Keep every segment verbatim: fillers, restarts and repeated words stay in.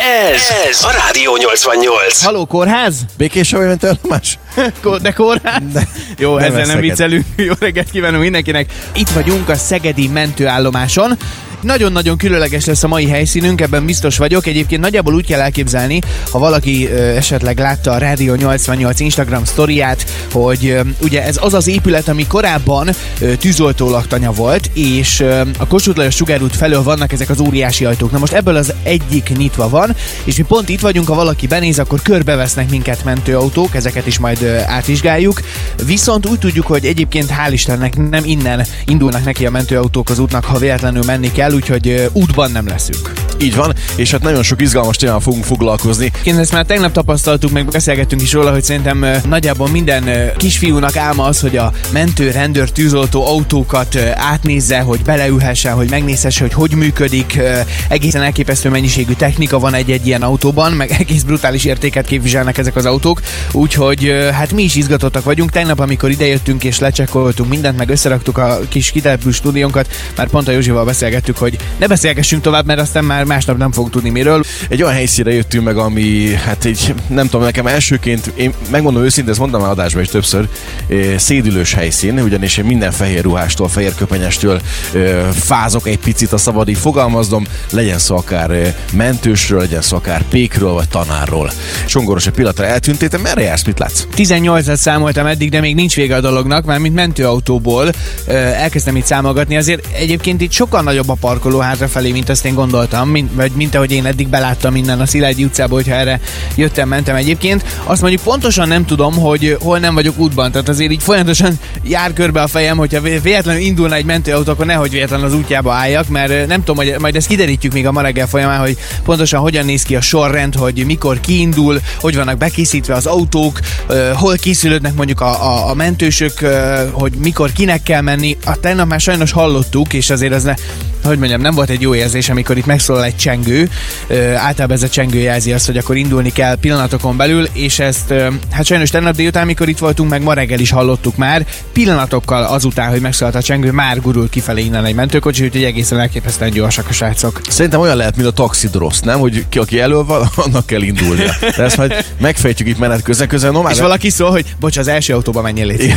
Ez, ez a Rádió nyolcvannyolc. Halló, kórház? Békés vagy mentőállomás? De kórház? De, Jó, nem ezzel nem viccelünk. Jó reggelt kívánunk mindenkinek. Itt vagyunk a szegedi mentőállomáson. Nagyon-nagyon különleges lesz a mai helyszínünk, ebben biztos vagyok. Egyébként nagyjából úgy kell elképzelni, ha valaki ö, esetleg látta a Rádió nyolcvannyolc Instagram sztoriát, hogy ö, ugye ez az az épület, ami korábban ö, tűzoltólaktanya volt, és ö, a Kossuth Lajos sugárút felől vannak ezek az óriási ajtók. Na most ebből az egyik nyitva van, és mi pont itt vagyunk, ha valaki benéz, akkor körbevesznek minket mentőautók, ezeket is majd ö, átvizsgáljuk. Viszont úgy tudjuk, hogy egyébként hál' Istennek nem innen indulnak neki a mentőautók az útnak, ha véletlenül menni kell, úgyhogy uh, útban nem leszünk. Így van, és hát nagyon sok izgalmas témával fogunk foglalkozni. Én ezt már tegnap tapasztaltuk, meg beszélgettünk is róla, hogy szerintem uh, nagyjából minden uh, kisfiúnak álma az, hogy a mentő, rendőr, tűzoltó autókat uh, átnézze, hogy beleülhessen, hogy megnézhesse, hogy hogy működik. Uh, egészen elképesztő mennyiségű technika van egy-egy ilyen autóban, meg egész brutális értéket képviselnek ezek az autók, úgyhogy uh, hát mi is izgatottak vagyunk. Tegnap, amikor idejöttünk és lecsekkoltunk mindent, meg összeraktuk a kis kitelepült stúdiónkat, már pont a Józsival beszélgettük, hogy ne beszélgessünk tovább, mert aztán már másnap nem fogunk tudni miről. Egy olyan helyszínre jöttünk meg, ami hát egy, nem tudom, nekem elsőként, én megmondom őszintén, ezt mondtam már adásban is többször, szédülős helyszín, ugyanis én minden fehér ruhástól, fehér köpenyestől fázok egy picit, a szabad így fogalmaznom, legyen szó akár mentősről, legyen szó akár pékről, vagy tanárról. Songoros egy pillanatra eltűntél, te merre jársz, mit látsz? tizennyolcat számoltam eddig, de még nincs vége a dolognak, már mint mentőautóból elkezdtem itt számolgatni, azért egyébként itt sokkal nagyobb a parkoló hátrafelé, mint azt én gondoltam, mint, vagy mint ahogy én eddig beláttam innen a Szilágyi utcából, hogyha erre jöttem, mentem egyébként. Azt mondjuk pontosan nem tudom, hogy hol nem vagyok útban, tehát azért így folyamatosan jár körbe a fejem, hogyha véletlenül indulna egy mentőautó, akkor nehogy véletlenül az útjába álljak, mert nem tudom, hogy majd ezt kiderítjük még a ma reggel folyamán, hogy pontosan hogyan néz ki a sorrend, hogy mikor kiindul, hogy vannak bekészítve az autók, hol készülődnek mondjuk a, a, a mentősök, hogy mikor kinek kell menni. A tegnap már sajnos hallottuk, és azért az ne, hogy mondjam, nem volt egy jó érzés, amikor itt megszólal egy csengő. Ö, általában ez a csengő jelzi azt, hogy akkor indulni kell pillanatokon belül, és ezt ö, hát sajnos tegnap délután, amikor itt voltunk, meg ma reggel is hallottuk már, pillanatokkal azután, hogy megszólalt a csengő, már gurul kifelé innen egy mentőkocsi, úgyhogy egészen elképesztően gyorsak a srácok. Szerintem olyan lehet, mint a taxidrossz, nem? Hogy ki, aki elől van, annak kell indulnia. De ezt majd megfejtjük itt menet közben, közben Nomád... És valaki szól, hogy bocs, az első autóba menjél légy.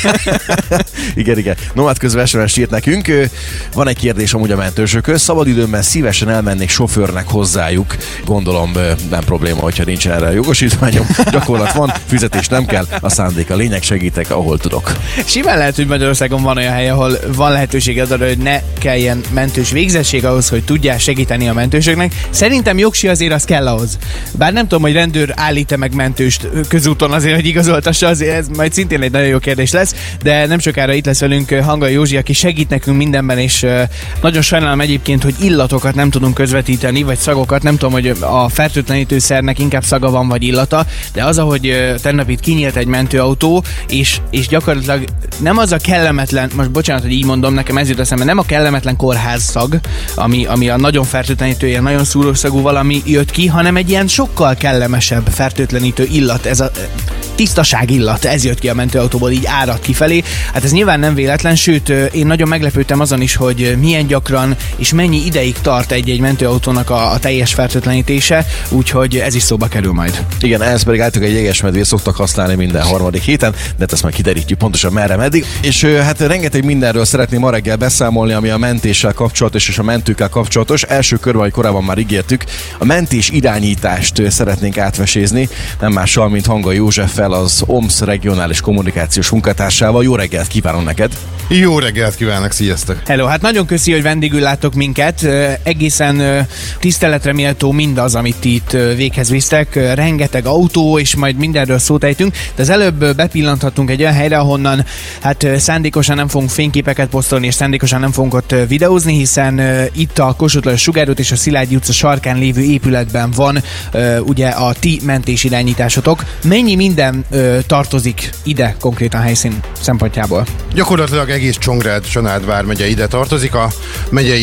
Igen, igen. Nomád közben es em es írt nekünk. Van egy kérdés amúgy a mentősökhöz. Szabadidőmben szívesen elmennék sofőrnek hozzájuk. Gondolom nem probléma, hogyha nincsen erre jogosítványom. Gyakorlat van, fizetés nem kell, a szándék a lényeg, segítek, ahol tudok. Simán lehet, hogy Magyarországon van olyan hely, ahol van lehetőség arra, hogy ne kelljen mentős végzettség ahhoz, hogy tudjál segíteni a mentősöknek. Szerintem jogsi azért az kell ahhoz. Bár nem tudom, hogy rendőr állít-e meg mentőst közúton azért, hogy igazoltassa, azért ez majd szintén egy nagyon jó kérdés lesz, de nem sokára itt lesz velünk Hangai Józsi, aki segít nekünk mindenben, és nagyon sajnálom egyébként, hogy illatokat nem tudunk közvetíteni, vagy szagokat, nem tudom, hogy a fertőtlenítőszernek inkább szaga van, vagy illata, de az, ahogy tegnap itt kinyílt egy mentőautó, és, és gyakorlatilag nem az a kellemetlen, most bocsánat, hogy így mondom, nekem ez jut eszembe, nem a kellemetlen kórház szag, ami, ami a nagyon fertőtlenítő, ilyen nagyon szúrós szagú valami jött ki, hanem egy ilyen sokkal kellemesebb fertőtlenítő illat, ez a tisztaság illat, ez jött ki a mentőautóból, így árad kifelé. Hát ez nyilván nem véletlen, sőt, én nagyon meglepődtem azon is, hogy milyen gyakran és mennyi ideig tart egy-egy mentőautónak a, a teljes fertőtlenítése, úgyhogy ez is szóba kerül majd. Igen, ehhez pedig általában egy jegesmedvét szoktak használni minden harmadik héten, de ezt majd kiderítjük pontosan merre meddig. És hát rengeteg mindenről szeretném ma reggel beszámolni, ami a mentéssel kapcsolatos és a mentőkkel kapcsolatos. Első körben, ahogy korábban már ígértük, a mentés irányítást szeretnénk átvesézni, nem mással, mint Hangai Józseffel, az o em es regionális kommunikációs munkatársával. Jó reggelt kívánom neked! Jó reggelt kívánok, sziasztok! Hello, hát nagyon köszi, hogy vendégül láttok minket. Egészen tiszteletre méltó mindaz, amit itt véghez visztek. Rengeteg autó, és majd mindenről szót ejtünk, de az előbb bepillanthatunk egy olyan helyre, ahonnan hát szándékosan nem fogunk fényképeket posztolni, és szándékosan nem fogunk ott videózni, hiszen itt a Kossuth Lajos sugárút és a Szilágyi utca sarkán lévő épületben van ugye a ti mentésirányításotok. Mennyi minden ö, tartozik ide konkrétan helyszín szempontjából? Gyakorlatilag egész Csongrád, Csanád vármegye ide tartozik. A megyei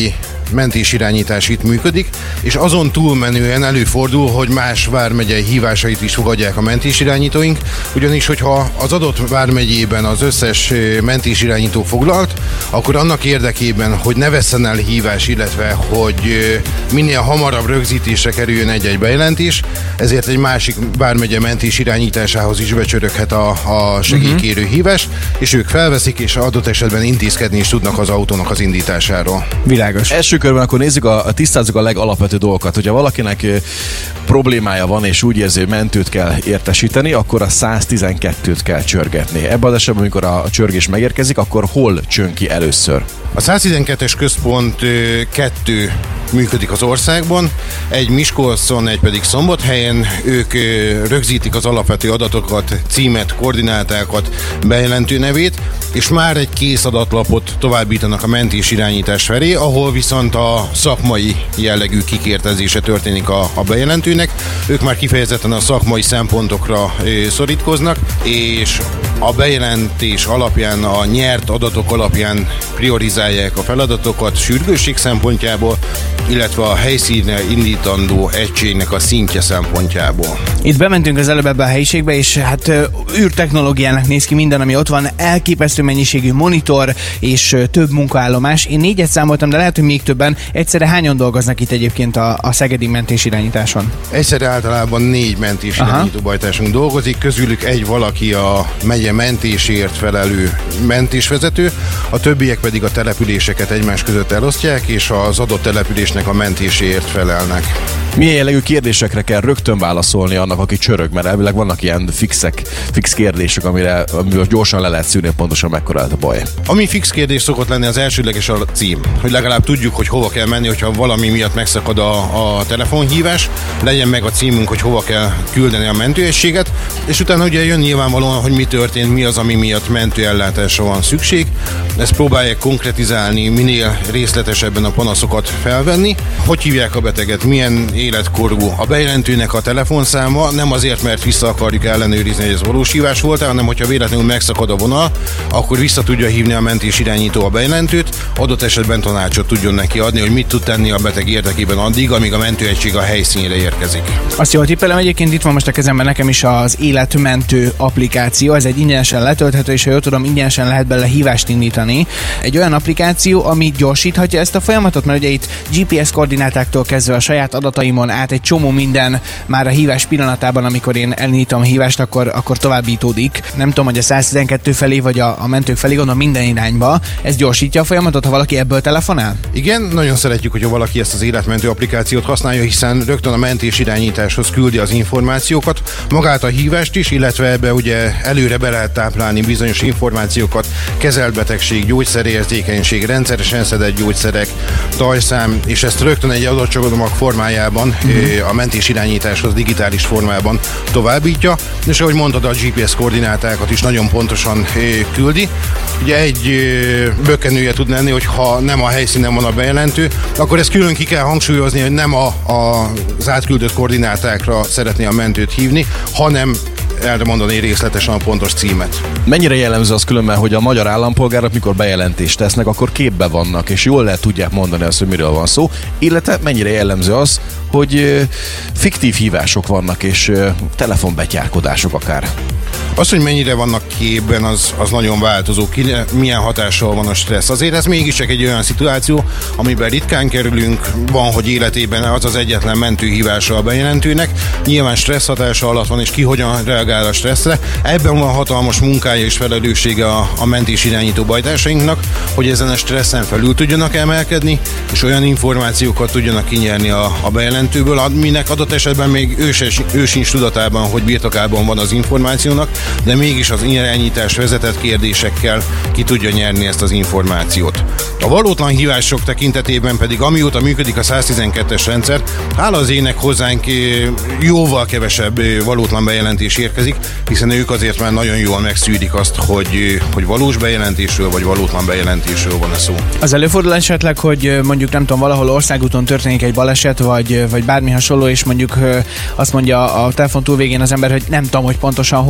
mentésirányítás itt működik, és azon túlmenően előfordul, hogy más vármegyei hívásait is fogadják a mentésirányítóink, ugyanis hogyha az adott vármegyében az összes mentésirányító foglalt, akkor annak érdekében, hogy ne vesszen el hívás, illetve hogy minél hamarabb rögzítésre kerüljön egy-egy bejelentés, ezért egy másik vármegye mentés irányításához is becsöröghet a, a segélykérő uh-huh. hívás, és ők felveszik, és adott esetben intézkedni is tudnak az autónak az indításáról. Világos. Első körben akkor nézzük, a, tisztázzuk a legalapvető dolgokat. Hogyha valakinek e, problémája van, és úgy érzi, hogy mentőt kell értesíteni, akkor a száztizenkettőt kell csörgetni. Ebben az esetben, amikor a csörgés megérkezik, akkor hol csön ki először? A száztizenkettes központ kettő működik az országban, egy Miskolcon, egy pedig Szombathelyen. Ők rögzítik az alapvető adatokat, címet, koordinátákat, bejelentő nevét, és már egy kész adatlapot továbbítanak a mentés irányítás felé, ahol viszont a szakmai jellegű kikértezése történik a, a bejelentőnek. Ők már kifejezetten a szakmai szempontokra szorítkoznak, és a bejelentés alapján, a nyert adatok alapján priorizálják a feladatokat sürgősség szempontjából, illetve a helyszínen indítandó egységnek a szintje szempontjából. Itt bementünk az előbb ebbe a helyiségbe, és hát űrtechnológiának néz ki minden, ami ott van, elképesztő mennyiségű monitor és több munkaállomás. Én négyet számoltam, de lehet, hogy még többen. Egyszerre hányan dolgoznak itt egyébként a, a szegedi mentésirányításon? Egyszerre általában négy mentésirányító bajtásunk dolgozik, közülük egy valaki a megye mentésért felelő mentésvezető, a többiek pedig a településeket egymás között elosztják, és az adott településnek a mentéséért felelnek. Milyen jellegű kérdésekre kell rögtön válaszolni annak, aki csörög, mert elvileg vannak ilyen fixek, fix kérdések, amire, amire gyorsan le lehet szűrni, pontosan mekkora lehet a baj. Ami fix kérdés szokott lenni, az elsődleges a cím, hogy legalább tudjuk, hogy hova kell menni, hogyha valami miatt megszakad a, a telefonhívás, legyen meg a címünk, hogy hova kell küldeni a mentőegységet, és utána ugye jön nyilvánvalóan, hogy mi történt, mi az, ami miatt mentőellátásra van szükség. Ezt próbálják konkretizálni, minél részletesebben a panaszokat felvenni. Hogy hívják a beteget, milyen életkorú, a bejelentőnek a telefonszáma, nem azért, mert vissza akarjuk ellenőrizni, hogy ez valós hívás volt, hanem hogyha véletlenül megszakad a vonal, akkor vissza tudja hívni a mentés irányító a bejelentőt, adott esetben tanácsot tudjon neki adni, hogy mit tud tenni a beteg érdekében addig, amíg a mentőegység a helyszínre érkezik. Azt jól tippelem, egyébként itt van most a kezemben nekem is az Életmentő applikáció, ez egy ingyenesen letölthető, és ha jól tudom, ingyenesen lehet bele hívást indítani. Egy olyan applikáció, ami gyorsíthatja ezt a folyamatot, mert ugye itt gé pé es koordinátáktól kezdve a saját adataimon át egy csomó minden már a hívás pillanatában, amikor én elindítom a hívást, akkor, akkor továbbítódik. Nem tudom, hogy a száztizenkettő felé vagy a, a mentők felé, gondolom minden irányba. Ez gyorsítja a folyamatot, ha valaki ebből telefonál? Igen, nagyon szeretjük, hogyha valaki ezt az Életmentő applikációt használja, hiszen rögtön a mentés irányításhoz küldi az információkat, magát a hívást is, illetve ebbe ugye előre be lehet táplálni bizonyos információkat, kezelt betegség, gyógyszerérzékenység, rendszeresen szedett gyógyszerek, tajszám, és ezt rögtön egy adatcsomagodomag formájában, mm-hmm. a mentés irányításhoz digitális formában továbbítja, és ahogy mondtad, a gé pé es koordinátákat is nagyon pontosan küldi. Ugye egy bökkenője tud lenni, hogy ha nem a helyszínen van a bejelentő, akkor ezt külön ki kell hangsúlyozni, hogy nem a, a, az átküldött koordinátákra szeretné a mentőt hívni, hanem erre mondani részletesen a pontos címet. Mennyire jellemző az különben, hogy a magyar állampolgárok, mikor bejelentést tesznek, akkor képbe vannak, és jól lehet tudják mondani azt, hogy miről van szó, illetve mennyire jellemző az, hogy fiktív hívások vannak, és telefonbetyárkodások akár. Az, hogy mennyire vannak képben, az, az nagyon változó. Ki, milyen hatással van a stressz. Azért ez mégiscsak egy olyan szituáció, amiben ritkán kerülünk, van, hogy életében az az egyetlen mentőhívása a bejelentőnek. Nyilván stressz hatása alatt van, és ki hogyan reagál a stresszre. Ebben van hatalmas munkája és felelőssége a, a mentés irányító bajtársainknak, hogy ezen a stresszen felül tudjanak emelkedni, és olyan információkat tudjanak kinyerni a, a bejelentőből, aminek adott esetben még ő, se, ő sincs tudatában, hogy birtokában van az információnak, de mégis az irányítás vezetett kérdésekkel ki tudja nyerni ezt az információt. A valótlan hívások tekintetében pedig amióta működik a száztizenkettes rendszer, hála az ének hozzánk jóval kevesebb valótlan bejelentés érkezik, hiszen ők azért már nagyon jól megszűrik azt, hogy, hogy valós bejelentésről vagy valótlan bejelentésről van a szó. Az előfordul esetleg, hogy mondjuk nem tudom, valahol országúton történik egy baleset, vagy, vagy bármi hasonló, és mondjuk azt mondja a telefon túlvégén az ember, hogy nem tudom, hogy pontosan hol vagyok.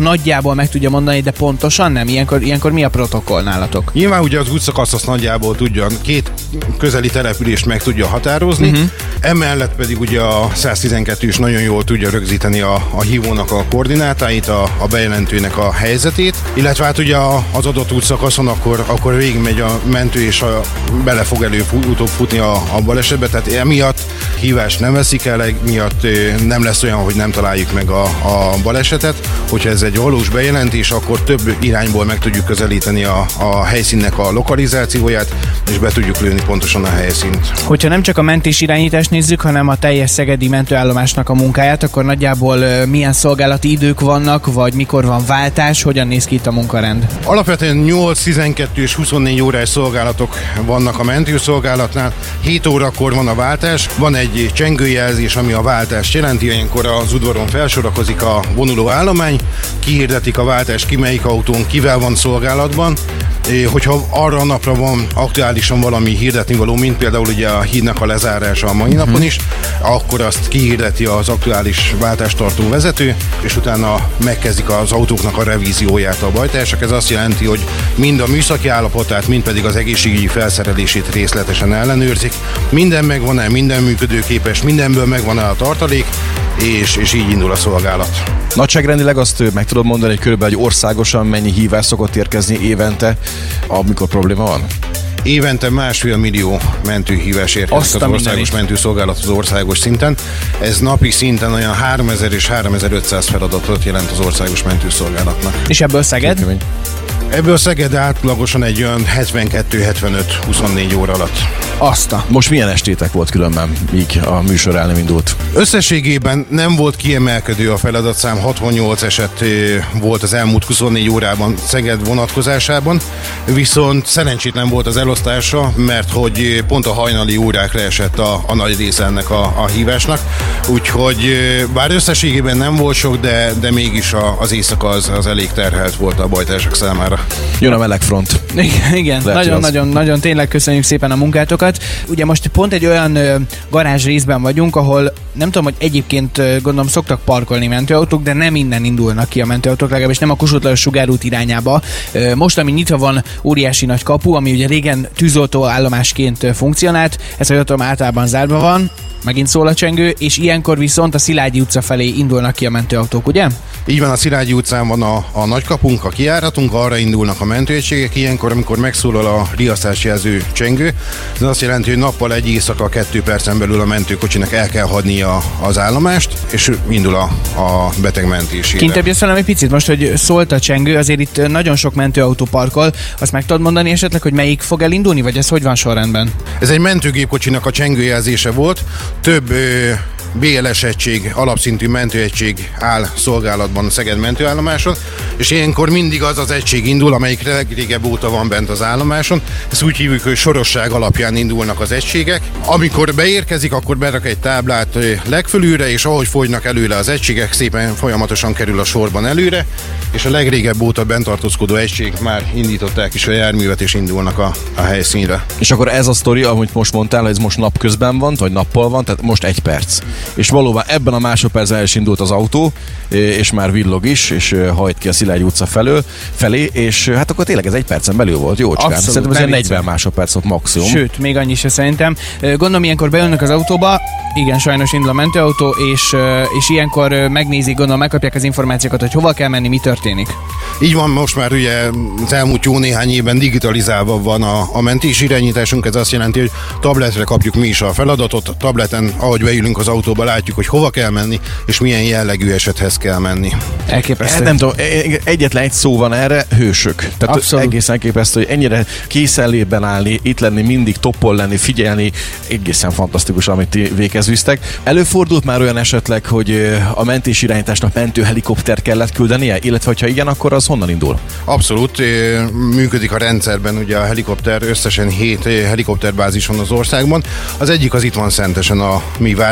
nagyjából meg tudja mondani, de pontosan nem? Ilyenkor, ilyenkor mi a protokoll nálatok? Nyilván ugye az útszakasz azt nagyjából tudja, két közeli települést meg tudja határozni, uh-huh. emellett pedig ugye a száztizenkettő is nagyon jól tudja rögzíteni a, a hívónak a koordinátáit, a, a bejelentőnek a helyzetét, illetve hát ugye az adott útszakaszon akkor, akkor végigmegy a mentő és a, bele fog előbb-utóbb futni a, a balesetbe, tehát emiatt hívást nem veszik el, miatt nem lesz olyan, hogy nem találjuk meg a, a balesetet. Hogyha ez egy valós bejelentés, akkor több irányból meg tudjuk közelíteni a, a helyszínnek a lokalizációját, és be tudjuk lőni pontosan a helyszínt. Hogyha nem csak a mentés irányítást nézzük, hanem a teljes szegedi mentőállomásnak a munkáját, akkor nagyjából milyen szolgálati idők vannak, vagy mikor van váltás, hogyan néz ki itt a munkarend? Alapvetően nyolc, tizenkettő és huszonnégy órás szolgálatok vannak a mentőszolgálatnál. hét órakor van a váltás, van egy csengőjelzés, ami a váltást jelenti, ilyenkor az udvaron felsorakozik a vonuló állomány, kihirdetik a váltást, ki melyik autón, kivel van szolgálatban. Hogyha arra a napra van aktuálisan valami hirdetni való, mint például ugye a hídnak a lezárása a mai napon is, akkor azt kihirdeti az aktuális váltástartó vezető, és utána megkezdik az autóknak a revízióját a bajtársak. Ez azt jelenti, hogy mind a műszaki állapotát, mind pedig az egészségügyi felszerelését részletesen ellenőrzik. Minden megvan-e, minden működőképes, mindenből megvan-e a tartalék, és, és így indul a szolgálat. Nagyságrendileg azt meg tudod mondani, hogy körülbelül egy országosan mennyi hívás szokott érkezni évente, amikor probléma van? Évente másfél millió mentőhívás érkezik az országos mentőszolgálat az országos szinten. Ez napi szinten olyan háromezer és háromezer-ötszáz feladatot jelent az országos mentőszolgálatnak. És ebből Szeged? Ebből Szeged átlagosan egy olyan hetvenkettő hetvenöt huszonnégy óra alatt. Azta. Most milyen estétek volt különben, míg a műsor el nem indult? Összességében nem volt kiemelkedő a feladatszám, hatvannyolc eset volt az elmúlt huszonnégy órában Szeged vonatkozásában, viszont szerencsétlen volt az elosztása, mert hogy pont a hajnali órákra esett a, a nagy része ennek a, a hívásnak, úgyhogy bár összességében nem volt sok, de, de mégis a, az éjszaka az, az elég terhelt volt a bajtársak számára. Jön a melegfront. Igen, igen. Nagyon-nagyon tényleg köszönjük szépen a munkátokat. Ugye most pont egy olyan ö, garázs részben vagyunk, ahol nem tudom, hogy egyébként ö, gondolom szoktak parkolni mentőautók, de nem innen indulnak ki a mentőautók, legalábbis nem a Kossuth Lajos sugárút irányába. Ö, most, ami nyitva van, óriási nagy kapu, ami ugye régen tűzoltó állomásként funkcionált, ez a tudom általában zárva van, megint szól a csengő, és ilyenkor viszont a Szilágyi utca felé indulnak ki a mentőautók, ugye? Így van, a Szilágyi utcán van a, a nagykapunk, a kijáratunk, arra indulnak a mentőegységek ilyenkor, amikor megszólal a riasztásjelző csengő. Ez azt jelenti, hogy nappal egy éjszaka kettő percen belül a mentőkocsinak el kell hagynia az állomást, és indul a, a beteg mentésére. Kintebb jössz velem egy picit most, hogy szólt a csengő, azért itt nagyon sok mentőautó parkol. Azt meg tudod mondani esetleg, hogy melyik fog elindulni, vagy ez hogy van sorrendben? Ez egy mentőgépkocsinak a csengőjelzése volt. Több ö, bé el es egység, alapszintű mentőegység áll szolgálatban a Szeged mentőállomáson, és ilyenkor mindig az az egység indul, amelyik legrégebb óta van bent az állomáson. Ezt úgy hívjuk, hogy sorosság alapján indulnak az egységek. Amikor beérkezik, akkor berak egy táblát legfölülre, és ahogy fogynak előle az egységek, szépen folyamatosan kerül a sorban előre, és a legrégebb óta bent tartózkodó egység már indították is a járművet, és indulnak a, a helyszínre. És akkor ez a sztori, amit most mondtál, ez most napközben van, vagy nappal van, tehát most egy perc. És valóban ebben a másodpercben el is indult az autó, és már villog is, és hajt ki a Szilágyi utca felől, felé, és hát akkor tényleg ez egy percen belül volt, jó csinálni. Szerintem ez negyven másodperc volt maximum. Sőt, még annyi se szerintem. Gondolom, ilyenkor beülnek az autóba, igen, sajnos indul a mentőautó, és, és ilyenkor megnézik, gondolom, megkapják az információkat, hogy hova kell menni, mi történik. Így van, most már ugye az elmúlt jó néhány évben digitalizálva van a, a mentés irányításunk, ez azt jelenti, hogy tabletre kapjuk mi is a feladatot, a tableten, ahogy beülünk az autóba, látjuk, hogy hova kell menni, és milyen jellegű esethez kell menni. Elképesztő. Hát nem tudom, egyetlen egy szó van erre, hősök. Tehát abszolút. Egész elképesztő, hogy ennyire készenlétben állni, itt lenni, mindig toppon lenni, figyelni, egészen fantasztikus, amit ti végezviztek. Előfordult már olyan esetleg, hogy a mentés irányításnak mentőhelikopter kellett küldenie, illetve hogyha igen, akkor az honnan indul? Abszolút, működik a rendszerben, ugye a helikopter, összesen hét helikopterbázis van az országban. Az egyik az itt van Szentesen a mi vármegyénkben,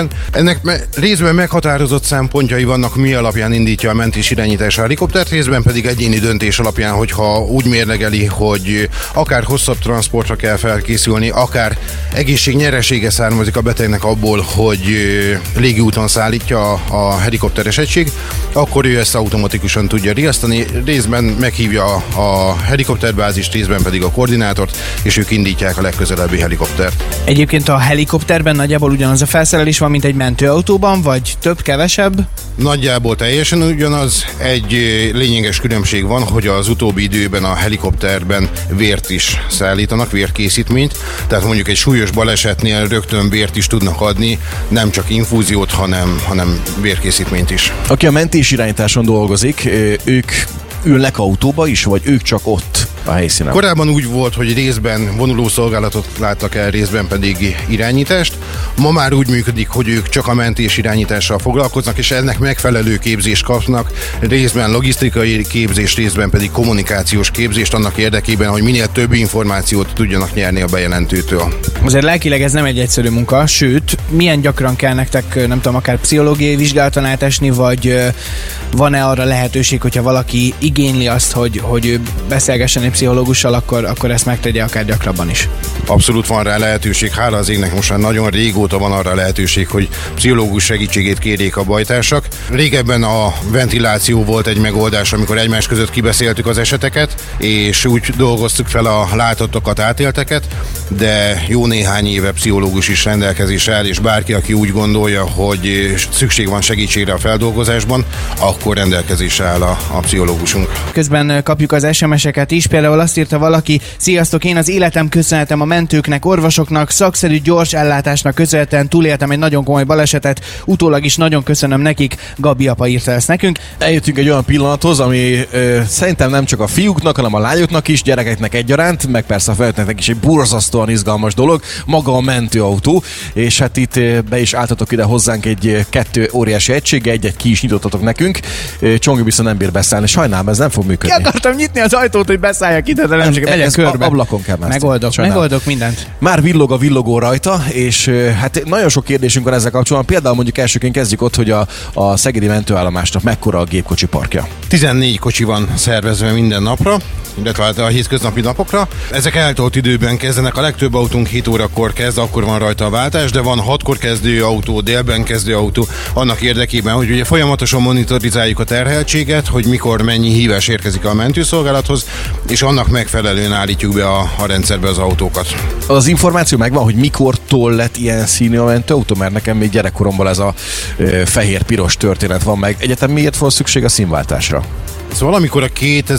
részben. Ennek me- részben meghatározott szempontjai vannak, mi alapján indítja a mentés irányítás a helikoptert, részben pedig egyéni döntés alapján, hogyha úgy mérlegeli, hogy akár hosszabb transportra kell felkészülni, akár egészségnyeresége származik a betegnek abból, hogy légiúton szállítja a helikopteres egység, akkor ő ezt automatikusan tudja riasztani. Részben meghívja a helikopterbázist, részben pedig a koordinátort, és ők indítják a legközelebbi helikoptert. Egyébként a helikopterben nagyjából ugyanaz a felszerelés van, mint egy mentőautóban, vagy több, kevesebb? Nagyjából teljesen ugyanaz. Egy lényeges különbség van, hogy az utóbbi időben a helikopterben vért is szállítanak, vérkészítményt, tehát mondjuk egy súlyos balesetnél rögtön vért is tudnak adni, nem csak infúziót, hanem, hanem vérkészítményt is. Aki a mentés irányításon dolgozik, ők ülnek autóba is, vagy ők csak ott a helyszínen? Korábban úgy volt, hogy részben vonulószolgálatot láttak el, részben pedig irányítást. Ma már úgy működik, hogy ők csak a mentés irányítással foglalkoznak, és ennek megfelelő képzést kapnak, részben logisztikai képzést, részben pedig kommunikációs képzést annak érdekében, hogy minél több információt tudjanak nyerni a bejelentőtől. Azért lelkileg ez nem egy egyszerű munka, sőt, milyen gyakran kell nektek, nem tudom, akár pszichológiai vizsgálaton átesni, vagy van-e arra lehetőség, hogyha valaki igényli azt, hogy, hogy ő beszélgessen egy pszichológussal, akkor, akkor ezt megtegye akár gyakrabban is? Abszolút van rá lehetőség, hála az égnek most már nagyon régóta van arra lehetőség, hogy pszichológus segítségét kérjék a bajtársak. Régebben a ventiláció volt egy megoldás, amikor egymás között kibeszéltük az eseteket, és úgy dolgoztuk fel a látottakat, átélteket, de jó néhány éve pszichológus is rendelkezésre áll, és bárki, aki úgy gondolja, hogy szükség van segítségre a feldolgozásban, akkor rendelkezésre áll a, a pszichológusunk. Közben kapjuk az es em es-eket is, például azt írta valaki: sziasztok, én az életem köszönhetem a mentőknek, orvosoknak, szakszerű gyors ellátásnak köszönhetően túléltem egy nagyon komoly balesetet, utólag is nagyon köszönöm nekik, Gabi apa írta ezt nekünk. Eljöttünk egy olyan pillanathoz, ami ö, szerintem nem csak a fiúknak, hanem a lányoknak is, gyerekeknek egyaránt, meg persze a felnőtteknek is egy borzasztóan izgalmas dolog, maga a mentőautó, és hát itt be is álltatok ide hozzánk egy kettő óriási egysége, egy-egy ki is nyitottatok nekünk. Csongi viszont nem bír beszállni, sajnálom, ez nem fog működni. Ki akartam nyitni az ajtót, hogy beszálljak ide, de nem csak megyek körbe. Ablakon kell mászni. Megoldok, Sajnálom. megoldok mindent. Már villog a villogó rajta, és hát nagyon sok kérdésünk van ezzel kapcsolatban. Például mondjuk elsőként kezdjük ott, hogy a, a szegedi mentőállomásnak mekkora a gépkocsi parkja. tizennégy kocsi van szervezve minden napra, illetve a hétköznapi napokra. Ezek eltolt időben kezdenek, a legtöbb autónk hét órakor kezd, akkor van rajta a váltás, de van hatkor kezdő autó, délben kezdő autó, annak érdekében, hogy ugye folyamatosan monitorizáljuk a terheltséget, hogy mikor mennyi hívás érkezik a mentőszolgálathoz, és annak megfelelően állítjuk be a, a rendszerbe az autókat. Az információ megvan, hogy mikortól lett ilyen színű a mentőautó, mert nekem még gyerekkoromban ez a ö, fehér-piros történet van meg. Egyetem miért volt szükség a színváltásra? Szóval amikor a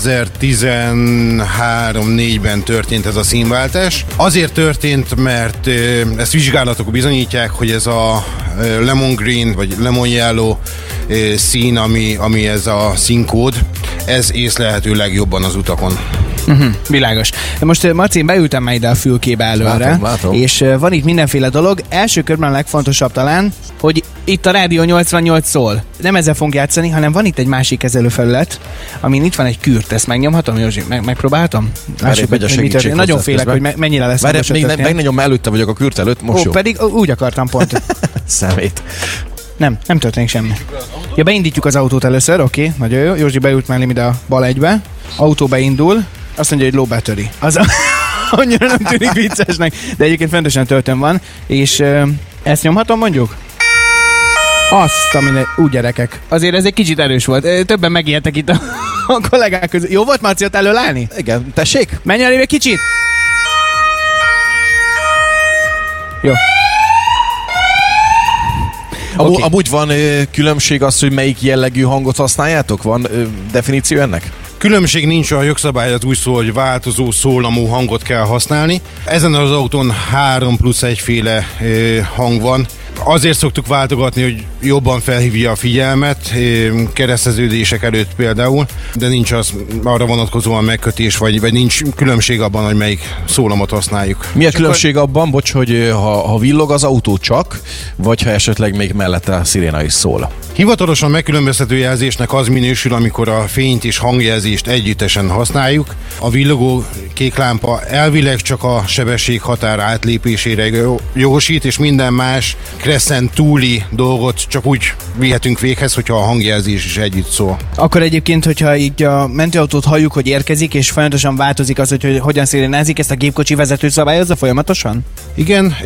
kétezer-tizenhárom-négyben történt ez a színváltás, azért történt, mert ezt vizsgálatok bizonyítják, hogy ez a lemon green vagy lemon yellow szín, ami, ami ez a színkód, ez észlelhető legjobban az utakon. Uh-huh, világos. Most Marci, beültem már ide a fülkébe előre, látom, látom. És van itt mindenféle dolog. Első körben a legfontosabb talán, hogy itt a Rádió nyolcvannyolc szól. Nem ezzel fogunk játszani, hanem van itt egy másik kezelőfelület, amin itt van egy kürt. Ezt megnyomhatom, Józsi? Meg, megpróbáltam? Lássuk, hogy hogy mit Nagyon félek, hogy me- mennyire lesz. Várj, még ne, meg nagyon előtte vagyok a kürt előtt, most Ó, jó. pedig úgy akartam pont. Szemét. Nem, nem történik semmi. Ja, beindítjuk az autót először, oké, okay, nagyon jó. Józsi beült mellém ide a bal egybe. Autó beindul. Azt mondja, hogy ló betöri. Az a... annyira nem tűnik viccesnek, de egyébként fontosan töltőn van, és ö, ezt nyomhatom mondjuk? Azt, amire... Úgy gyerekek. Azért ez egy kicsit erős volt. Többen megijedtek itt a, a kollégák közül. Jó volt, Marci, ott elől állni? Igen, tessék? Menj elő egy kicsit! Jó. Am- Okay. Amúgy van ö, különbség az, hogy melyik jellegű hangot használjátok? Van ö, definíció ennek? Különbség nincs, a jogszabályat úgy szól, hogy változó szólamú hangot kell használni. Ezen az autón három plusz egyféle ö, hang van. Azért szoktuk váltogatni, hogy jobban felhívja a figyelmet, kereszteződések előtt például, de nincs az arra vonatkozóan megkötés, vagy, vagy nincs különbség abban, hogy melyik szólamot használjuk. Mi a Csak különbség abban, bocs, hogy ha, ha villog az autó csak, vagy ha esetleg még mellette a sziréna is szól? Hivatalosan megkülönböztető jelzésnek az minősül, amikor a fényt és hangjelzést együttesen használjuk. A villogó kék lámpa elvileg csak a sebességhatár átlépésére jogosít, és minden más Crescent túli dolgot csak úgy vihetünk véghez, hogyha a hangjelzés is együtt szól. Akkor egyébként, hogyha így a mentőautót halljuk, hogy érkezik, és folyamatosan változik az, hogy, hogy hogyan szirénázik, ezt a gépkocsi vezető szabályozza folyamatosan? Igen,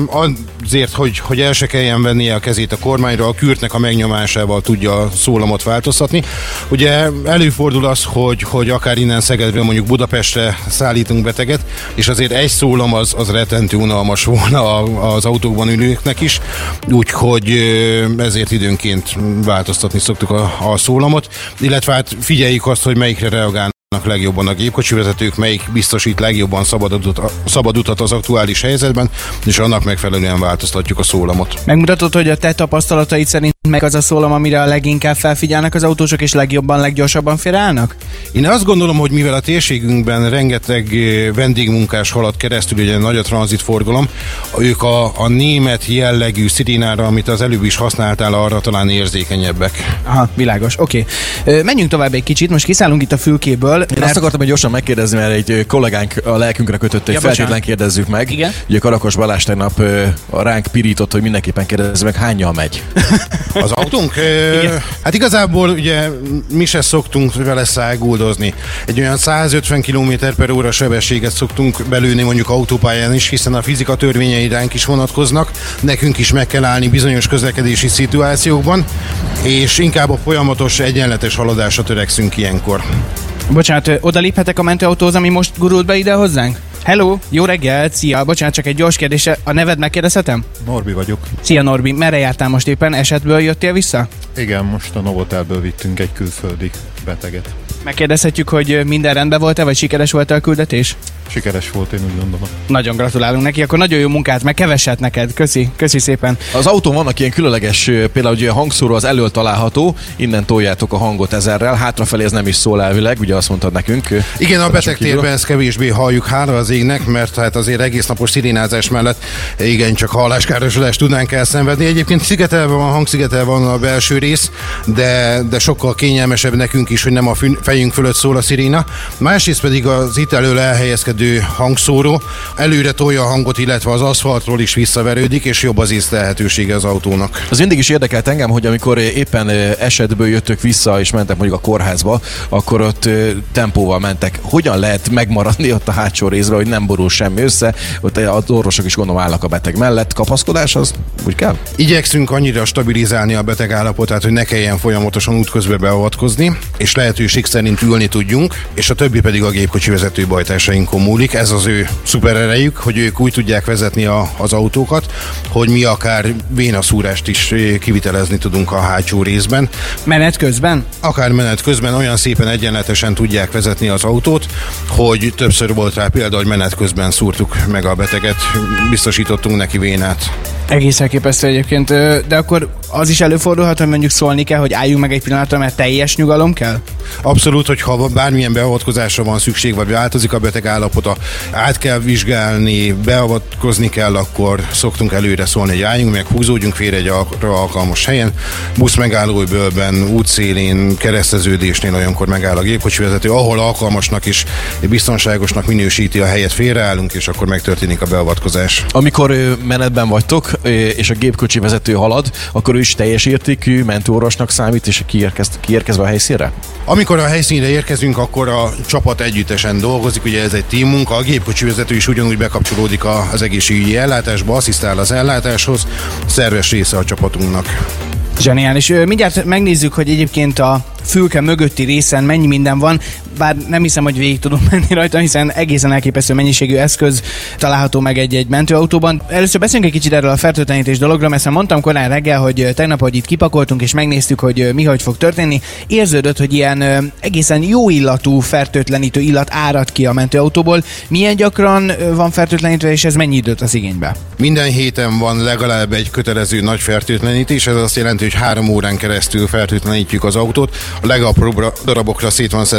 azért, hogy, hogy el se kelljen vennie a kezét a kormányra, a kürtnek a megnyomásával tudja a szólamot változtatni. Ugye előfordul az, hogy, hogy akár innen Szegedről mondjuk Budapestre szállítunk beteget, és azért egy szólam az, az rettentő unalmas volna az autókban ülőknek is, úgyhogy ezért időnként változtatni szoktuk a, a szólamot, illetve hát figyeljük azt, hogy melyikre reagálnak legjobban a gépkocsi vezetők, melyik biztosít legjobban szabad utat, szabad utat az aktuális helyzetben, és annak megfelelően változtatjuk a szólamot. Megmutatod, hogy a te tapasztalataid szerint meg az a szólam, amire a leginkább felfigyelnek az autósok, és legjobban, leggyorsabban félreállnak? Én azt gondolom, hogy mivel a térségünkben rengeteg vendégmunkás halad keresztül, ugye nagy a tranzitforgalom, ők a, a német jellegű szirénára, amit az előbb is használtál, arra talán érzékenyebbek. Aha, világos, oké. Okay. Menjünk tovább egy kicsit, most kiszállunk itt a fülkéből. Én mert... azt akartam, hogy gyorsan megkérdezni, mert egy kollégánk a lelkünkre kötött, egy ja, feltétlen kérdezzük meg. Igen? Ugye Karakos Balázs tegnap a ránk pirított, hogy mindenképpen kérdezzük meg, hánnyal megy. Az autónk? E, hát igazából ugye mi se szoktunk vele száguldozni. Egy olyan száz ötven kilométer per óra sebességet szoktunk belőni mondjuk autópályán is, hiszen a fizika törvényei ránk is vonatkoznak. Nekünk is meg kell állni bizonyos közlekedési szituációkban, és inkább a folyamatos egyenletes haladásra törekszünk ilyenkor. Bocsánat, odaléphetek a mentőautóhoz, ami most gurult be ide hozzánk? Hello, jó reggelt, szia, bocsánat, csak egy gyors kérdés, a neved megkérdezhetem? Norbi vagyok. Szia Norbi, merre jártál most éppen, esetből jöttél vissza? Igen, most a Novotelből vittünk egy külföldi beteget. Megkérdezhetjük, hogy minden rendben volt-e, vagy sikeres volt a küldetés? Sikeres volt, én úgy gondolom. Nagyon gratulálunk neki, akkor nagyon jó munkát, meg keveset neked. Köszi, köszi szépen. Az autón vannak ilyen különleges, például ugye a hangszóró az elől található, innen toljátok a hangot ezerrel, hátrafelé ez nem is szól elvileg, ugye azt mondtad nekünk. Igen, a betegtérben ezt kevésbé halljuk, hála az égnek, mert hát azért egész napos szirénázás mellett igen, csak halláskárosodást tudnánk elszenvedni. Egyébként szigetelve van, hangszigetelve van a belső rész, de, de sokkal kényelmesebb nekünk is, hogy nem a fejünk fölött szól a sziréna. Másrészt pedig az itt elől elhelyezkedő hangszóró előre tolja a hangot, illetve az aszfaltról is visszaverődik, és jobb az észlelhetősége az autónak. Az mindig is érdekelt engem, hogy amikor éppen esetből jöttök vissza, és mentek mondjuk a kórházba, akkor ott tempóval mentek. Hogyan lehet megmaradni ott a hátsó részre, hogy nem borul semmi össze? Ott az orvosok is gondolom állnak a beteg mellett. Kapaszkodás az úgy kell? Igyekszünk annyira stabilizálni a beteg állapotát, hogy ne kelljen folyamatosan útközben beavatkozni, és lehetőség szerint ülni tudjunk, és a többi pedig a gépkocsi vezető bajtársainkon múlik. Ez az ő szupererejük, hogy ők úgy tudják vezetni a, az autókat, hogy mi akár vénaszúrást is kivitelezni tudunk a hátsó részben. Menet közben? Akár menet közben olyan szépen egyenletesen tudják vezetni az autót, hogy többször volt rá példa, hogy menet közben szúrtuk meg a beteget, biztosítottunk neki vénát. Egész elképesztő egyébként, de akkor az is előfordulhat, hogy mondjuk szólni kell, hogy álljunk meg egy pillanatra, mert teljes nyugalom kell? Abszolút, hogyha bármilyen beavatkozásra van szükség, vagy változik a beteg állapota, át kell vizsgálni, beavatkozni kell, akkor szoktunk előre szólni, hogy álljunk meg, húzódjunk félre egy alkalmas helyen, busz megállóbölben, útszélén, kereszteződésnél olyankor megáll a gépkocsi vezető, ahol alkalmasnak és biztonságosnak minősíti a helyet, félreállunk, és akkor megtörténik a beavatkozás. Amikor menetben vagytok, és a gépkocsi vezető halad, akkor ő is teljes értékű mentőorvosnak számít, és kiérkez, kiérkezve a helyszínre? Amikor a helyszínre érkezünk, akkor a csapat együttesen dolgozik, ugye ez egy teammunka, a gépkocsi vezető is ugyanúgy bekapcsolódik az egészségügyi ellátásba, asszisztál az ellátáshoz, szerves része a csapatunknak. Zseniális. Mindjárt megnézzük, hogy egyébként a fülke mögötti részen mennyi minden van, bár nem hiszem, hogy végig tudunk menni rajta, hiszen egészen elképesztő mennyiségű eszköz található meg egy-egy mentőautóban. Először beszéljünk egy kicsit erről a fertőtlenítés dologra, mert mondtam korán reggel, hogy tegnap, hogy itt kipakoltunk és megnéztük, hogy mi hogy fog történni. Érződött, hogy ilyen egészen jó illatú fertőtlenítő illat árad ki a mentőautóból. Milyen gyakran van fertőtlenítve, és ez mennyi időt az igénybe? Minden héten van legalább egy kötelező nagy fertőtlenítés, ez azt jelenti, hogy három órán keresztül fertőtlenítjük az autót. A legapróbb darabokra szét van szedve az autó,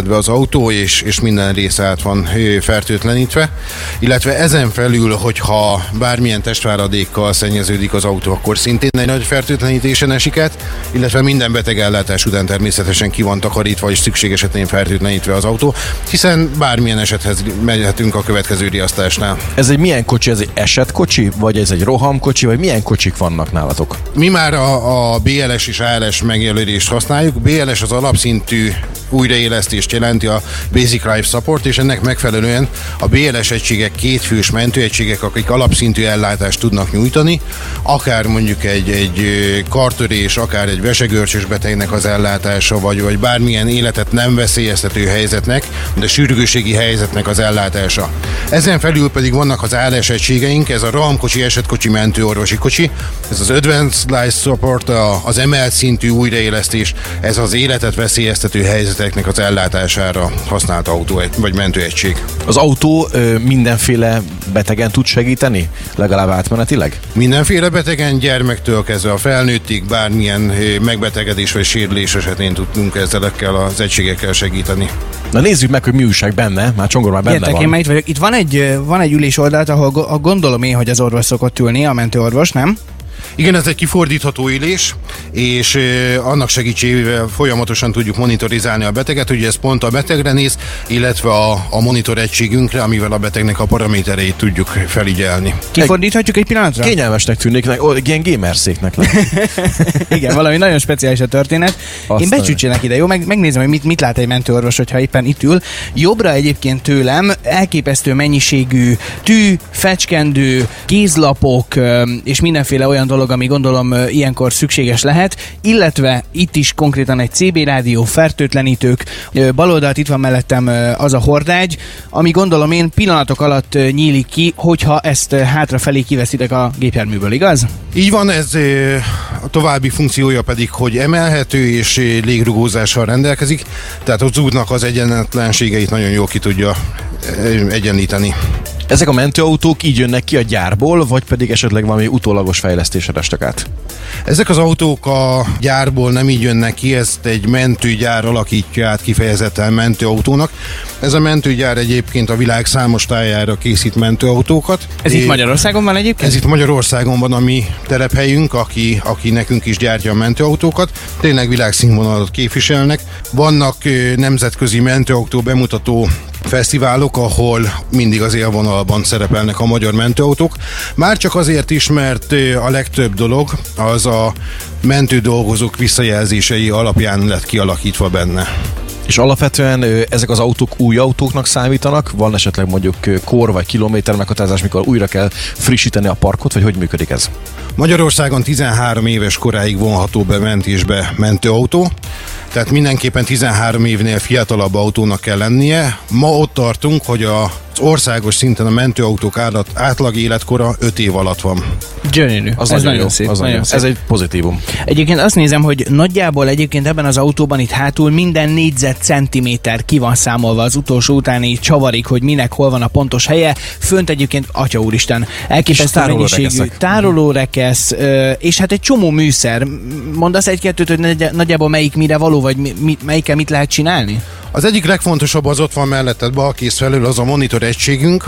autó, és, és minden része át van fertőtlenítve, illetve ezen felül, hogyha bármilyen testváradékkal szennyeződik az autó, akkor szintén egy nagy fertőtlenítésen esik át, illetve minden betegellátás után természetesen ki van takarítva, és szükség esetén fertőtlenítve az autó, hiszen bármilyen esethez mehetünk a következő riasztásnál. Ez egy milyen kocsi? Ez egy esetkocsi, vagy ez egy rohamkocsi, vagy milyen kocsik vannak nálatok? Mi már a, a bé el es és á el es megjelölést használjuk. bé el es az alapszintű újraélesztést jelenti, a Basic Life Support, és ennek megfelelően a bé el es egységek kétfős mentőegységek, akik alapszintű ellátást tudnak nyújtani, akár mondjuk egy, egy kartörés, akár egy vesegörcsös betegnek az ellátása, vagy, vagy bármilyen életet nem veszélyeztető helyzetnek, de sürgőségi helyzetnek az ellátása. Ezen felül pedig vannak az á el es egységeink, ez a rohamkocsi, esetkocsi, mentőorvosi kocsi, ez az Advanced Life Support, az emelt szintű újraélesztés, ez az életet veszélyeztető helyzeteknek az ellátására használt autó vagy mentőegység. Az autó ö, mindenféle betegen tud segíteni? Legalább átmenetileg? Mindenféle betegen, gyermektől kezdve a felnőttig, bármilyen ö, megbetegedés vagy sérülés esetén tudunk ezekkel az egységekkel segíteni. Na nézzük meg, hogy mi újság benne, már Csongor már benne Gyertek, van. én már itt vagyok. Itt van egy, van egy ülés oldalt, ahol go- gondolom én, hogy az orvos szokott ülni, a mentőorvos, nem? Igen, ez egy kifordítható ülés, és euh, annak segítségével folyamatosan tudjuk monitorizálni a beteget, ugye ez pont a betegre néz, illetve a, a monitor egységünkre, amivel a betegnek a paramétereit tudjuk felügyelni. Kifordíthatjuk egy pillanatra? Kényelmesnek tűnik, ó, ilyen gamerszéknek lenne. Igen, valami nagyon speciális a történet. Aztán. Én becsütsének ide, jó? Meg, megnézem, hogy mit, mit lát egy mentőorvos, hogyha éppen itt ül. Jobbra egyébként tőlem elképesztő mennyiségű tű, fecskendő, kézlapok és mindenféle olyan dolog, ami gondolom ilyenkor szükséges lehet, illetve itt is konkrétan egy cé bé rádió, fertőtlenítők, baloldalt itt van mellettem az a hordágy, ami gondolom én pillanatok alatt nyílik ki, hogyha ezt hátrafelé kiveszitek a gépjárműből, igaz? Így van, ez a további funkciója pedig, hogy emelhető és légrugózással rendelkezik, tehát az útnak az egyenletlenségeit nagyon jól ki tudja egyenlíteni. Ezek a mentőautók így jönnek ki a gyárból, vagy pedig esetleg valami utólagos fejlesztésre estek át? Ezek az autók a gyárból nem így jönnek ki, ezt egy mentőgyár alakítja át kifejezetten mentőautónak. Ez a mentőgyár egyébként a világ számos tájára készít mentőautókat. Ez itt Magyarországon van egyébként? Ez itt Magyarországon van a mi telephelyünk, aki, aki nekünk is gyártja a mentőautókat. Tényleg világszínvonalat képviselnek. Vannak nemzetközi mentőautó bemutató fesztiválok, ahol mindig az élvonalban szerepelnek a magyar mentőautók. Már csak azért is, mert a legtöbb dolog az a mentődolgozók visszajelzései alapján lett kialakítva benne. És alapvetően ezek az autók új autóknak számítanak? Van esetleg mondjuk kor vagy kilométer meghatározás, mikor újra kell frissíteni a parkot, vagy hogy működik ez? Magyarországon tizenhárom éves koráig vonható be mentésbe mentőautó, tehát mindenképpen tizenhárom évnél fiatalabb autónak kell lennie. Ma ott tartunk, hogy a az országos szinten a mentőautók átlag, átlag életkora öt év alatt van. Gyönyörű. Az ez nagyon jó, szép. az nagyon nagyon szép. Ez egy pozitívum. Egyébként azt nézem, hogy nagyjából egyébként ebben az autóban itt hátul minden négyzetcentiméter ki van számolva az utolsó utáni csavarig, hogy minek hol van a pontos helye. Fönt egyébként, atya úristen, elképesztő mennyiségű tárolórekesz, és hát egy csomó műszer. Mondasz egy-kettőt, hogy nagyjából melyik mire való, vagy mi, mi, melyikkel mit lehet csinálni? Az egyik legfontosabb az ott van melletted balkész felül, az a monitor egységünk,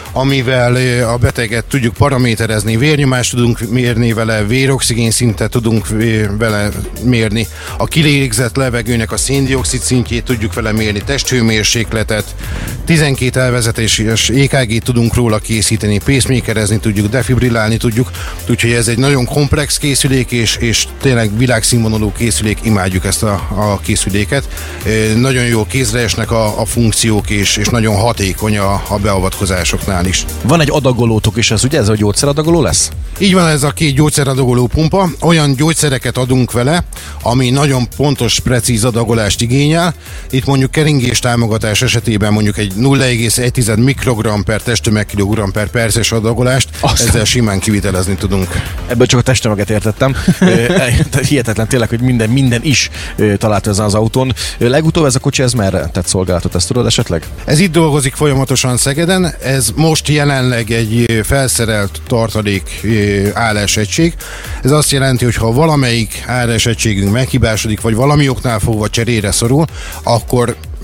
amivel a beteget tudjuk paraméterezni, vérnyomást tudunk mérni vele, véroxigén szintet tudunk vele mérni, a kilégzett levegőnek a széndioxid szintjét tudjuk vele mérni, testhőmérsékletet, tizenkét elvezetéses é ká gét tudunk róla készíteni, pacemakerezni tudjuk, defibrillálni tudjuk, úgyhogy ez egy nagyon komplex készülék, és, és tényleg világszínvonalú készülék, imádjuk ezt a, a készüléket. E, nagyon jó kézre esnek a, a funkciók, és, és nagyon hatékony a, a beavatkozásoknál is. Van egy adagolótok is, ez ugye ez a gyógyszeradagoló lesz? Így van, ez a két gyógyszeradagoló pumpa. Olyan gyógyszereket adunk vele, ami nagyon pontos, precíz adagolást igényel. Itt mondjuk keringés támogatás esetében mondjuk egy nulla egész egy mikrogram per testtömegkilogramm per perces adagolást, aztán ezzel simán kivitelezni tudunk. Ebből csak a testtömeget értettem. Hihetetlen tényleg, hogy minden, minden is talált ezen az autón. Legutóbb ez a kocsi, ez merre tett szolgálatot, ezt tudod esetleg? Ez itt dolgozik folyamatosan Szegeden, ez most jelenleg egy felszerelt tartalék állás egység. Ez azt jelenti, hogy ha valamelyik állás egységünk meghibásodik, vagy valami oknál fogva cserére szorul, akkor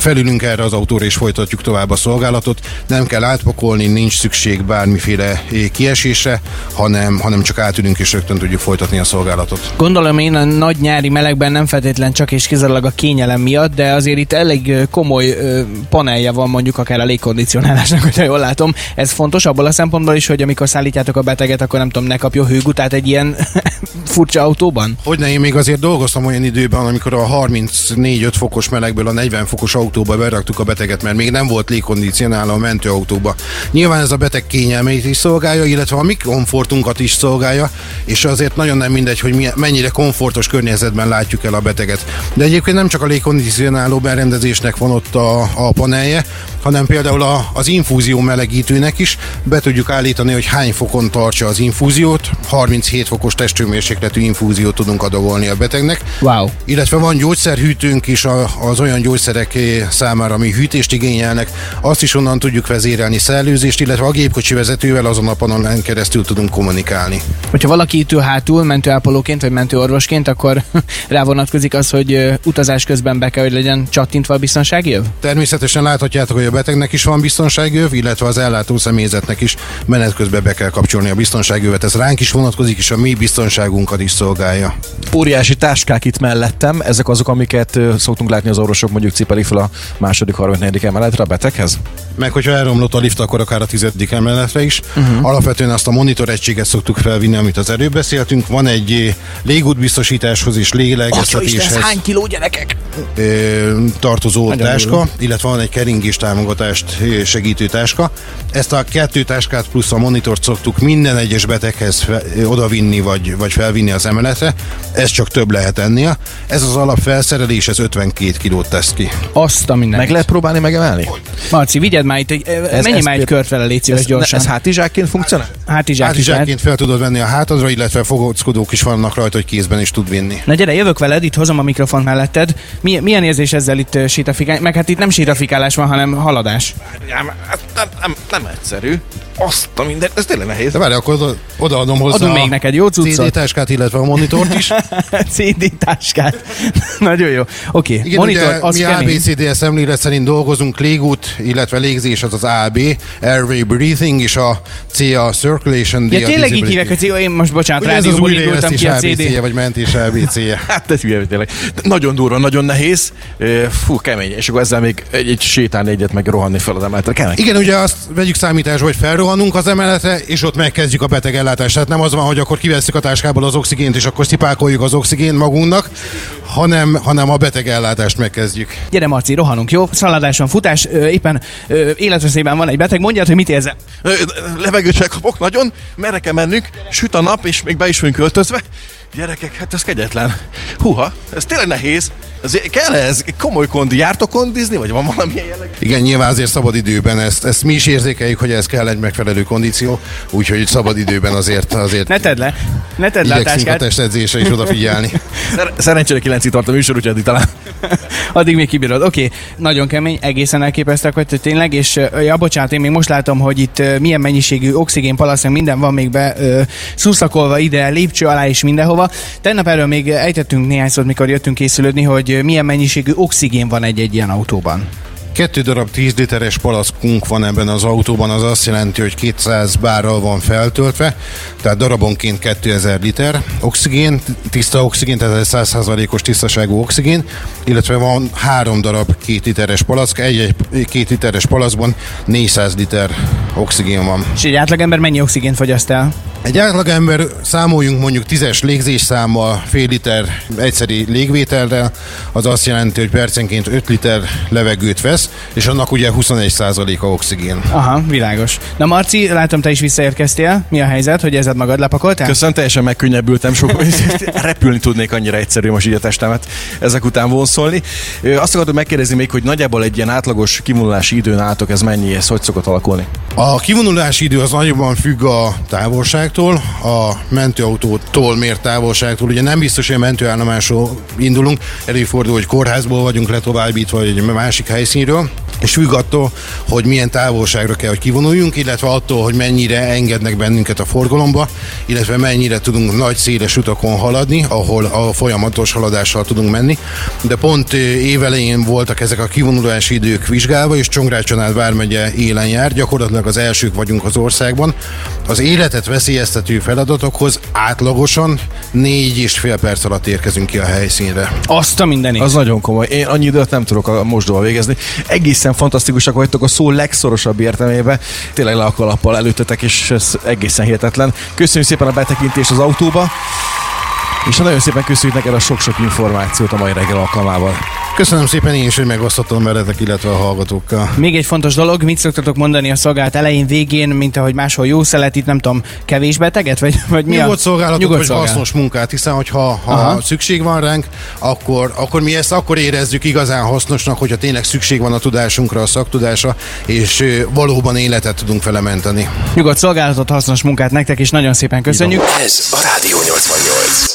felülünk erre az autóra és folytatjuk tovább a szolgálatot. Nem kell átpakolni, nincs szükség bármiféle kiesésre, hanem, hanem csak átülünk és rögtön tudjuk folytatni a szolgálatot. Gondolom én a nagy nyári melegben nem feltétlen csak és kizárólag a kényelem miatt, de azért itt elég komoly ö, panelje van mondjuk akár a légkondicionálásnak, hogyha jól látom. Ez fontos abból a szempontból is, hogy amikor szállítjátok a beteget, akkor nem tudom, ne kapja hőgutát egy ilyen furcsa autóban? Hogyne, én még azért dolgoztam olyan időben, amikor a harmincnégy-öt fokos melegből a negyven fokos autóba beraktuk a beteget, mert még nem volt légkondicionáló a mentőautóba. Nyilván ez a beteg kényelmeit is szolgálja, illetve a mi komfortunkat is szolgálja, és azért nagyon nem mindegy, hogy milyen, mennyire komfortos környezetben látjuk el a beteget. De egyébként nem csak a légkondicionáló berendezésnek van ott a, a panelje, hanem például a, az infúzió melegítőnek is be tudjuk állítani, hogy hány fokon tartsa az infúziót. harminchét fokos testhőmérsékletű infúziót tudunk adagolni a betegnek. Wow. Illetve van gyógyszerhűtőnk is az olyan gyógyszerek számára, ami hűtést igényelnek. Azt is onnan tudjuk vezérelni, szellőzést, illetve a gépkocsi vezetővel azon a panelen keresztül tudunk kommunikálni. Hogyha valaki itt ül hátul, mentőápolóként vagy mentőorvosként, akkor rá vonatkozik az, hogy utazás közben be kell, hogy legyen csattintva a biztonsági öv? Természetesen láthatjátok, hogy a betegnek is van biztonsági öv, illetve az ellátó személyzetnek is menet közben be kell kapcsolni a biztonsági övet. Ez ránk is vonatkozik, és a mi biztonságunkat is szolgálja. Óriási táskák itt mellettem, ezek azok, amiket ö, szoktunk látni az orvosok, mondjuk cipelik fel a második, harmadik, negyedik emeletre a beteghez? Meg hogyha elromlott a lift, akkor akár a tizedik emeletre is. Uh-huh. Alapvetően azt a monitor egységet szoktuk felvinni, amit az előbb beszéltünk. Van egy légútbiztosításhoz és lélegeztetéshez hány kiló, gyerekek? tartozó Nagyon táska, durva. illetve van egy keringés támogatást segítő táska. Ezt a kettő táskát plusz a monitort szoktuk minden egyes beteghez fe, odavinni vagy, vagy felvinni az emeletre. Ez csak több lehet ennél. Ez az alapfelszerelés, ez ötvenkét kilót tesz ki. Azt a mindent. Meg lehet próbálni megemelni? Marci, vigyed már itt, egy, ez, menj ez már egy péld- kört vele, légy szíves, Ez, gyorsan. ez hátizsákként funkcionál? Hátizsák is lehet. Hátizsákként fel tudod venni a hátadra, illetve fogóckodók is vannak rajta, hogy kézben is tud vinni. Na gyere, jövök veled, itt hozom a mikrofont melletted. Milyen, milyen érzés ezzel itt uh, sétafikálni? Meg hát itt nem sétafikálás van, hanem haladás. Nem, nem, nem, nem egyszerű. Azt a minden, ez tényleg nehéz. De várj, akkor oda, odaadom hozzá Adunk a még neked jó cé dé cuccot. táskát, illetve a monitort is. cé dé táskát. Nagyon jó. Oké, okay. Igen, monitor, ugye az mi á bé cé dé es szemlélet szerint dolgozunk, légút, illetve légzés az az á bé, Airway Breathing, és a C a Circulation, D Ja, a tényleg így Disability. hívják, hogy én most bocsánat, Ugye ez az rádióból indultam újraélesztés ki a á bé cé dé. cé-je, vagy mentés á bé cé-je. Hát te hülye vagy tényleg. De nagyon durva, nagyon nehéz. Fú, kemény. És akkor ezzel még egy, egy sétálni egyet, meg rohanni fel az emeletre. Kemény. Igen, ugye azt vegyük számításba, hogy felrohanunk az emeletre, és ott megkezdjük a betegellátást. Tehát nem az van, hogy akkor kivesszük a táskából az oxigént, és akkor szipákoljuk az oxigént magunknak, hanem, hanem a betegellátást megkezdjük. Gyere Marci, rohanunk, jó? Szaladáson, futás, ö, éppen ö, életveszélyben van egy beteg, mondjad, hogy mit érzel. Ö, Levegőt se kapok nagyon, merre kell mennünk, süt a nap, és még be is vagyunk költözve. Gyerekek, hát ez kegyetlen. Húha, ez tényleg nehéz. Ez, kell ez komoly kondi? Jártok kondizni, vagy van valamilyen jelleg? Igen, nyilván azért szabad időben ezt, ezt mi is érzékeljük, hogy ez kell egy megfelelő kondíció, úgyhogy szabad időben azért, azért Ne tedd le, ne tedd le a igyekszünk a táskát. testedzésre is odafigyelni. Szer- Szerencsére kilencig tart a műsor, úgyhogy talán. Addig még kibírod. Oké, okay. Nagyon kemény, egészen elképesztőek vagytok tényleg, és ö, ja, bocsánat, én még most látom, hogy itt ö, milyen mennyiségű oxigén, palasz, meg minden van még be ö, szuszakolva ide, lépcső alá is mindenhova. Tegnap erről még ejtettünk néhány szót, mikor jöttünk készülődni, hogy ö, milyen mennyiségű oxigén van egy-egy ilyen autóban. Kettő darab tíz literes palackunk van ebben az autóban, az azt jelenti, hogy kétszáz bárral van feltöltve, tehát darabonként kétezer liter oxigén, tiszta oxigén, tehát ez száz százalékos tisztaságú oxigén, illetve van három darab két literes palack, egy-egy két literes palackban négyszáz liter oxigén van. És egy átlagember mennyi oxigént fogyaszt el? Egy átlagember, számoljunk mondjuk tízes légzésszámmal, fél liter egyszeri légvételrel, az azt jelenti, hogy percenként öt liter levegőt vesz, és annak ugye huszonegy százaléka oxigén. Aha, világos. Na Marci, látom, te is visszaérkeztél. Mi a helyzet, hogy ezed magad lepakoltál? Köszönöm, teljesen megkönnyebbültem, sok repülni tudnék, annyira egyszerű most így a testemet ezek után vonszolni. Ö, Azt akartam megkérdezni még, hogy nagyjából egy ilyen átlagos kivonulási időn álltok, ez mennyi, ez hogy szokott alakulni? A kivonulási idő az nagyobban függ a távolságtól, a mentőautótól mért távolságtól. Ugye nem biztos, hogy a mentőállomásról indulunk, előfordul, hogy kórházból vagyunk letovábbítva, vagy egy másik helyszínről. és függ attól, hogy milyen távolságra kell, hogy kivonuljunk, illetve attól, hogy mennyire engednek bennünket a forgalomba, illetve mennyire tudunk nagy széles utakon haladni, ahol a folyamatos haladással tudunk menni. De pont évelején voltak ezek a kivonulási idők vizsgálva, és Csongrád-Csanád vármegye élen jár, gyakorlatilag az elsők vagyunk az országban. Az életet veszélyeztető feladatokhoz átlagosan négy és fél perc alatt érkezünk ki a helyszínre. Azt a mindenit. Az nagyon komoly. Én annyi időt nem tudok a mosdóval végezni. Egészen fantasztikusak vagytok a szó legszorosabb értelmében. Tényleg le a kalappal előttetek, és ez egészen hihetetlen. Köszönjük szépen a betekintést az autóba, és nagyon szépen köszönjük neked a sok-sok információt a mai reggel alkalmával. Köszönöm szépen én is, hogy megosztottam veletek, illetve a hallgatókkal. Még egy fontos dolog, mit szoktatok mondani a szolgálat elején, végén, mint ahogy máshol jó szelet, itt nem tudom, kevés beteget, vagy, vagy mi Nyugodt a... szolgálatot, Nyugodt vagy szolgálat. hasznos munkát, hiszen hogyha ha szükség van ránk, akkor, akkor mi ezt akkor érezzük igazán hasznosnak, hogyha tényleg szükség van a tudásunkra, a szaktudásra, és ö, valóban életet tudunk vele menteni. Nyugodt szolgálatot, hasznos munkát nektek, és nagyon szépen köszönjük. Ez a Rádió nyolcvannyolc.